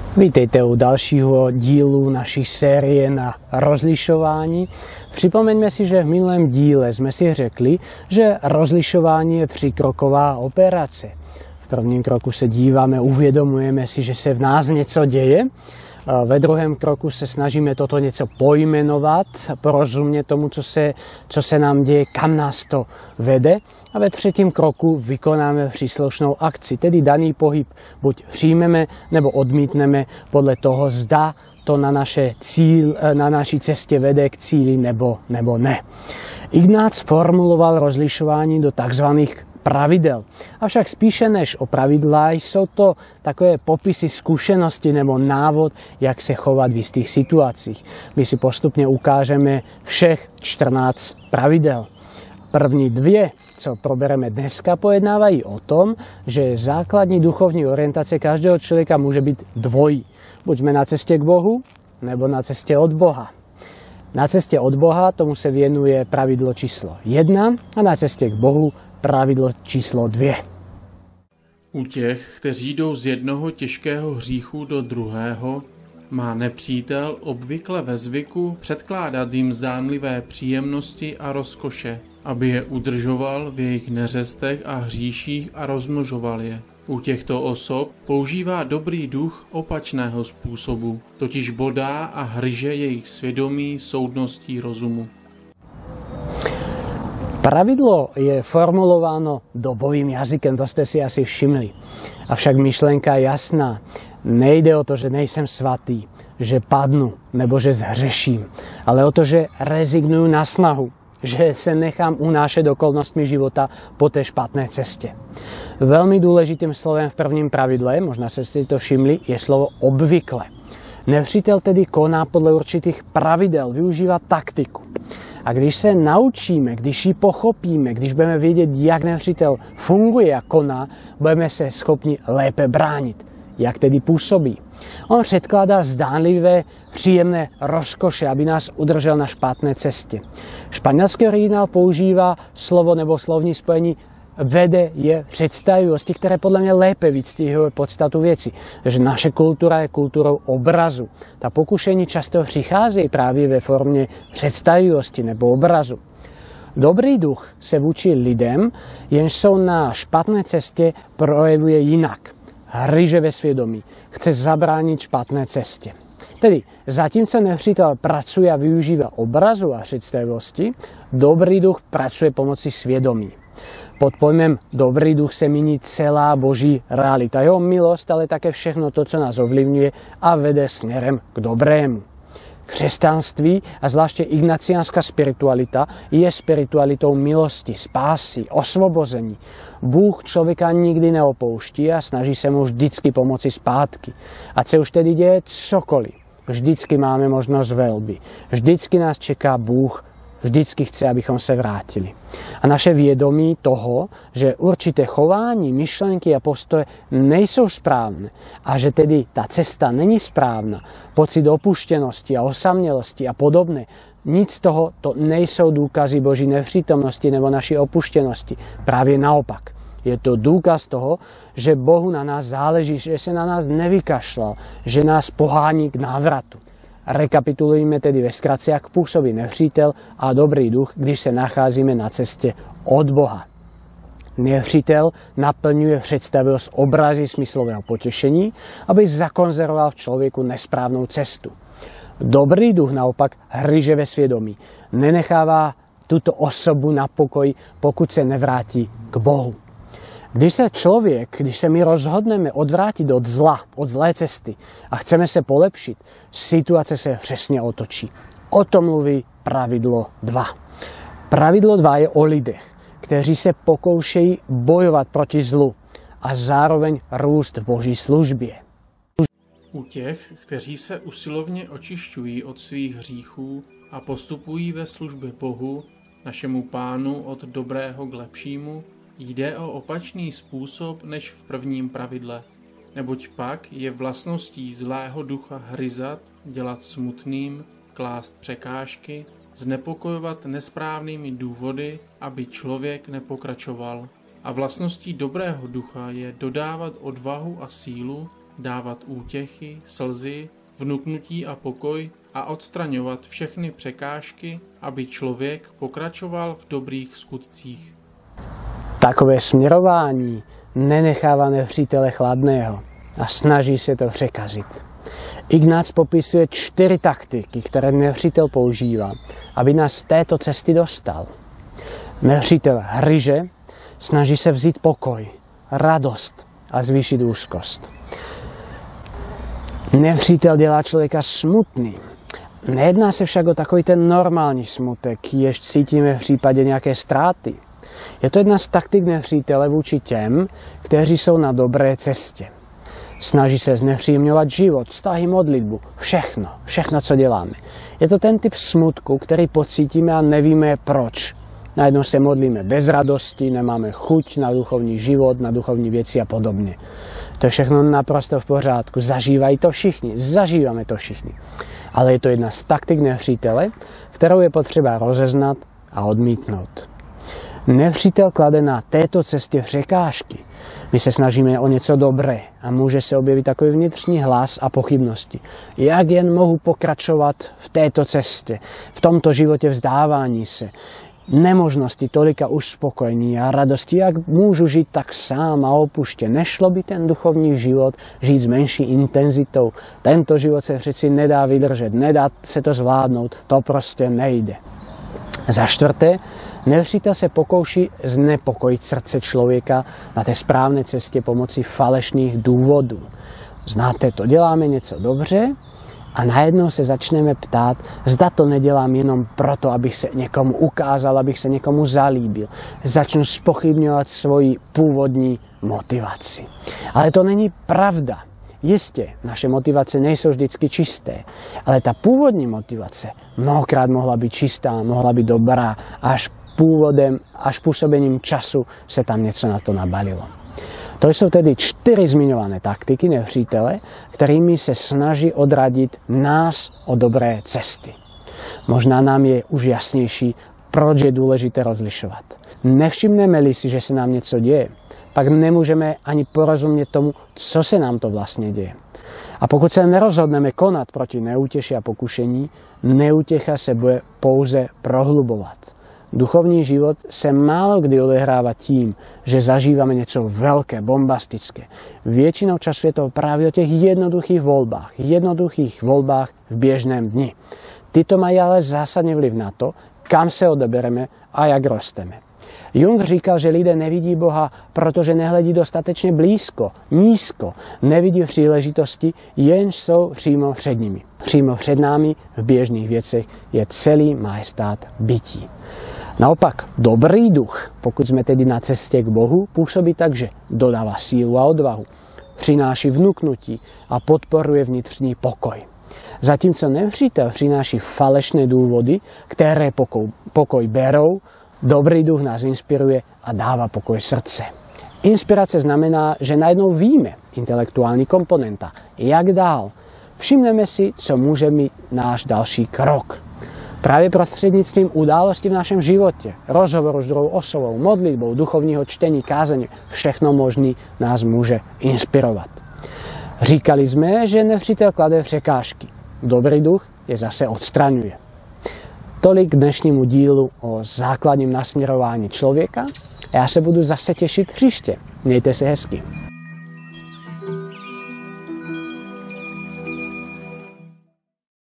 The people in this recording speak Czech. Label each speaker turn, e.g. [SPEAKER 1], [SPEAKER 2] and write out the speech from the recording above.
[SPEAKER 1] Vítejte u dalšího dílu naší série na rozlišování. Připomeňme si, že v minulém díle jsme si řekli, že rozlišování je tříkroková operace. V prvním kroku se díváme, uvědomujeme si, že se v nás něco děje. Ve druhém kroku se snažíme toto něco pojmenovat, porozumět tomu, co se nám děje, kam nás to vede. A ve třetím kroku vykonáme příslušnou akci, tedy daný pohyb buď přijmeme nebo odmítneme podle toho, zda to na naší cestě vede k cíli nebo ne. Ignác formuloval rozlišování do takzvaných pravidel. Avšak spíše než o pravidla jsou to takové popisy zkušenosti nebo návod, jak se chovat v jistých situacích. My si postupně ukážeme všech 14 pravidel. První dvě, co probereme dneska, pojednávají o tom, že základní duchovní orientace každého člověka může být dvojí. Buď jsme na cestě k Bohu, nebo na cestě od Boha. Na cestě od Boha tomu se věnuje pravidlo číslo 1 a na cestě k Bohu pravidlo číslo 2.
[SPEAKER 2] U těch, kteří jdou z jednoho těžkého hříchu do druhého, má nepřítel obvykle ve zvyku předkládat jim zdánlivé příjemnosti a rozkoše, aby je udržoval v jejich neřestech a hříších a rozmnožoval je. U těchto osob používá dobrý duch opačného způsobu, totiž bodá a hryže jejich svědomí soudností rozumu.
[SPEAKER 1] Pravidlo je formulováno dobovým jazykem, to jste si asi všimli. Avšak myšlenka je jasná. Nejde o to, že nejsem svatý, že padnu nebo že zhřeším, ale o to, že rezignuju na snahu, že se nechám unášet okolnostmi života po té špatné cestě. Velmi důležitým slovem v prvním pravidle, možná se si to všimli, je slovo obvykle. Nepřítel tedy koná podle určitých pravidel, využívá taktiku. A když se naučíme, když ji pochopíme, když budeme vědět, jak nepřítel funguje a koná, budeme se schopni lépe bránit. Jak tedy působí? On předkládá zdánlivé, příjemné rozkoše, aby nás udržel na špatné cestě. Španělský originál používá slovo nebo slovní spojení vede je představivosti, které podle mě lépe vystihuje podstatu věci. Že naše kultura je kulturou obrazu. Ta pokušení často přicházejí právě ve formě představivosti nebo obrazu. Dobrý duch se vůči lidem, jenž jsou na špatné cestě, projevuje jinak. Hryže ve svědomí. Chce zabránit špatné cestě. Tedy zatímco nepřítel pracuje a využívá obrazu a představivosti, dobrý duch pracuje pomocí svědomí. Pod pojmem dobrý duch se míní celá boží realita. Jeho milost, ale také všechno to, co nás ovlivňuje a vede směrem k dobrému. Křesťanství a zvláště ignaciánská spiritualita je spiritualitou milosti, spásy, osvobození. Bůh člověka nikdy neopouští a snaží se mu vždycky pomoci zpátky. Ať se už tedy děje cokoliv. Vždycky máme možnost velby. Vždycky nás čeká Bůh. Vždycky chce, abychom se vrátili. A naše vědomí toho, že určité chování, myšlenky a postoje nejsou správné a že tedy ta cesta není správná, pocit opuštěnosti a osamělosti a podobné, nic z toho to nejsou důkazy Boží nepřítomnosti nebo naší opuštěnosti. Právě naopak. Je to důkaz toho, že Bohu na nás záleží, že se na nás nevykašlal, že nás pohání k návratu. Rekapitulujeme tedy ve zkratce, jak působí nepřítel a dobrý duch, když se nacházíme na cestě od Boha. Nepřítel naplňuje představivost obrazy smyslového potěšení, aby zakonzervoval v člověku nesprávnou cestu. Dobrý duch naopak hryže ve svědomí. Nenechává tuto osobu na pokoji, pokud se nevrátí k Bohu. Když se my rozhodneme odvrátit od zla, od zlé cesty a chceme se polepšit, situace se přesně otočí. O tom mluví pravidlo 2. Pravidlo 2 je o lidech, kteří se pokoušejí bojovat proti zlu a zároveň růst v Boží službě.
[SPEAKER 2] U těch, kteří se usilovně očišťují od svých hříchů a postupují ve službě Bohu, našemu Pánu od dobrého k lepšímu, jde o opačný způsob než v prvním pravidle, neboť pak je vlastností zlého ducha hryzat, dělat smutným, klást překážky, znepokojovat nesprávnými důvody, aby člověk nepokračoval. A vlastností dobrého ducha je dodávat odvahu a sílu, dávat útěchy, slzy, vnuknutí a pokoj a odstraňovat všechny překážky, aby člověk pokračoval v dobrých skutcích.
[SPEAKER 1] Takové směrování nenechává nepřítele chladného a snaží se to překazit. Ignác popisuje 4 taktiky, které nepřítel používá, aby nás z této cesty dostal. Nepřítel hryže, snaží se vzít pokoj, radost a zvýšit úzkost. Nepřítel dělá člověka smutným. Nejedná se však o takový ten normální smutek, jež cítíme v případě nějaké ztráty. Je to jedna z taktik nepřítele vůči těm, kteří jsou na dobré cestě. Snaží se znepříjemňovat život, vztahy, modlitbu, všechno, co děláme. Je to ten typ smutku, který pocítíme a nevíme proč. Najednou se modlíme bez radosti, nemáme chuť na duchovní život, na duchovní věci a podobně. To je všechno naprosto v pořádku, zažíváme to všichni. Ale je to jedna z taktik nepřítele, kterou je potřeba rozeznat a odmítnout. Nepřítel klade na této cestě překážky. My se snažíme o něco dobré a může se objevit takový vnitřní hlas a pochybnosti. Jak jen mohu pokračovat v této cestě, v tomto životě vzdávání se, nemožnosti tolika uspokojení a radosti, jak můžu žít tak sám a opuštěn. Nešlo by ten duchovní život žít s menší intenzitou. Tento život se přeci nedá vydržet, nedá se to zvládnout, to prostě nejde. Za 4. nepřítel se pokouší znepokojit srdce člověka na té správné cestě pomocí falešných důvodů. Znáte to, děláme něco dobře a najednou se začneme ptát, zda to nedělám jenom proto, abych se někomu ukázal, abych se někomu zalíbil. Začnu zpochybňovat svoji původní motivaci. Ale to není pravda. Jistě, naše motivace nejsou vždycky čisté, ale ta původní motivace mnohokrát mohla být čistá, mohla být dobrá, až působením času se tam něco na to nabalilo. To jsou tedy 4 zmiňované taktiky nepřítele, kterými se snaží odradit nás od dobré cesty. Možná nám je už jasnější, proč je důležité rozlišovat. Nevšimneme-li si, že se nám něco děje, pak nemůžeme ani porozumět tomu, co se nám to vlastně děje. A pokud se nerozhodneme konat proti neútěši a pokušení, neútěcha se bude pouze prohlubovat. Duchovní život se málo kdy odehrává tím, že zažíváme něco velké, bombastické. Většinou času je to právě o těch jednoduchých volbách v běžném dni. Tyto mají ale zásadně vliv na to, kam se odebereme a jak rosteme. Jung říkal, že lidé nevidí Boha, protože nehledí dostatečně blízko, nízko, nevidí příležitosti, jenž jsou přímo před nimi. Přímo před námi v běžných věcech je celý majestát bytí. Naopak, dobrý duch, pokud jsme tedy na cestě k Bohu, působí tak, že dodává sílu a odvahu, přináší vnuknutí a podporuje vnitřní pokoj. Zatímco nepřítel přináší falešné důvody, které pokoj berou, dobrý duch nás inspiruje a dává pokoj srdce. Inspirace znamená, že najednou víme, intelektuální komponenta, jak dál. Všimneme si, co může mít náš další krok. Právě prostřednictvím událostí v našem životě, rozhovoru s druhou osobou, modlitbou, duchovního čtení, kázeně, všechno možné nás může inspirovat. Říkali jsme, že nepřítel klade překážky. Dobrý duch je zase odstraňuje. Tolik k dnešnímu dílu o základním nasměrování člověka. Já se budu zase těšit příště. Mějte se hezky.